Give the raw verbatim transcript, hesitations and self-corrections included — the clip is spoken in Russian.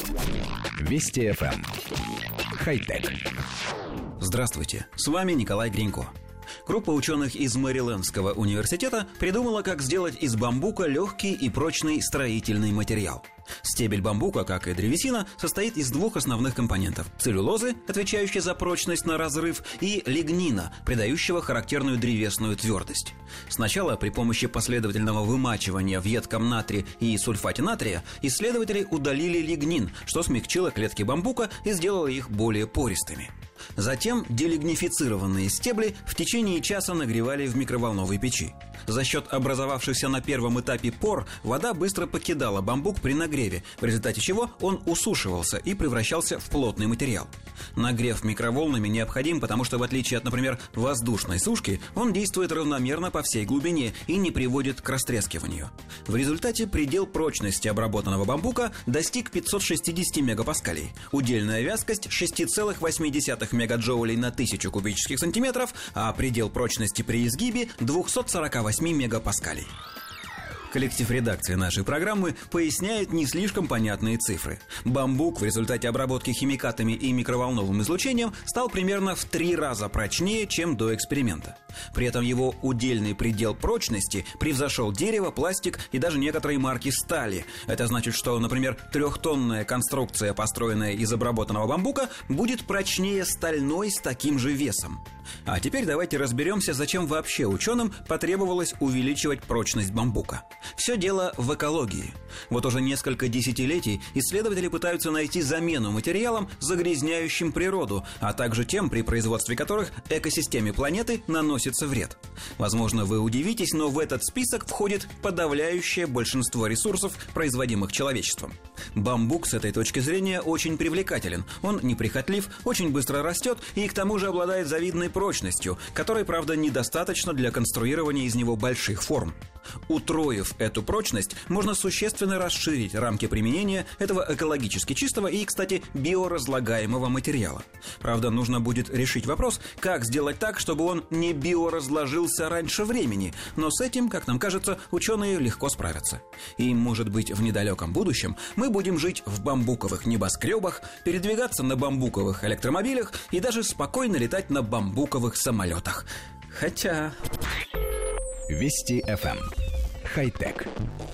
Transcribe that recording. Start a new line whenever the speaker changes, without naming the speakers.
Вести эф эм. Хай-тек.
Здравствуйте, с вами Николай Гринько. Группа ученых из Мэрилендского университета придумала, как сделать из бамбука легкий и прочный строительный материал. Стебель бамбука, как и древесина, состоит из двух основных компонентов – целлюлозы, отвечающей за прочность на разрыв, и лигнина, придающего характерную древесную твердость. Сначала при помощи последовательного вымачивания в едком натрии и сульфате натрия исследователи удалили лигнин, что смягчило клетки бамбука и сделало их более пористыми. Затем делигнифицированные стебли в течение часа нагревали в микроволновой печи. За счет образовавшихся на первом этапе пор вода быстро покидала бамбук при нагреве, в результате чего он усушивался и превращался в плотный материал. Нагрев микроволнами необходим, потому что, в отличие от, например, воздушной сушки, он действует равномерно по всей глубине и не приводит к растрескиванию. В результате предел прочности обработанного бамбука достиг пятьсот шестьдесят мегапаскалей, удельная вязкость шесть целых восемь десятых мегаджоулей на тысячу кубических сантиметров, а предел прочности при изгибе двести сорок восемь мегапаскалей. Коллектив редакции нашей программы поясняет не слишком понятные цифры. Бамбук в результате обработки химикатами и микроволновым излучением стал примерно в три раза прочнее, чем до эксперимента. При этом его удельный предел прочности превзошел дерево, пластик и даже некоторые марки стали. Это значит, что, например, трехтонная конструкция, построенная из обработанного бамбука, будет прочнее стальной с таким же весом. А теперь давайте разберемся, зачем вообще ученым потребовалось увеличивать прочность бамбука. Все дело в экологии. Вот уже несколько десятилетий исследователи пытаются найти замену материалам, загрязняющим природу, а также тем, при производстве которых экосистеме планеты наносится вред. Возможно, вы удивитесь, но в этот список входит подавляющее большинство ресурсов, производимых человечеством. Бамбук с этой точки зрения очень привлекателен. Он неприхотлив, очень быстро растет и к тому же обладает завидной прочностью, которой, правда, недостаточно для конструирования из него больших форм. Утроив эту прочность, можно существенно расширить рамки применения этого экологически чистого и, кстати, биоразлагаемого материала. Правда, нужно будет решить вопрос, как сделать так, чтобы он не биоразложился раньше времени, но с этим, как нам кажется, ученые легко справятся. И, может быть, в недалеком будущем мы будем жить в бамбуковых небоскребах, передвигаться на бамбуковых электромобилях и даже спокойно летать на бамбуковых самолетах. Хотя...
Вести эф эм. Хай-тек.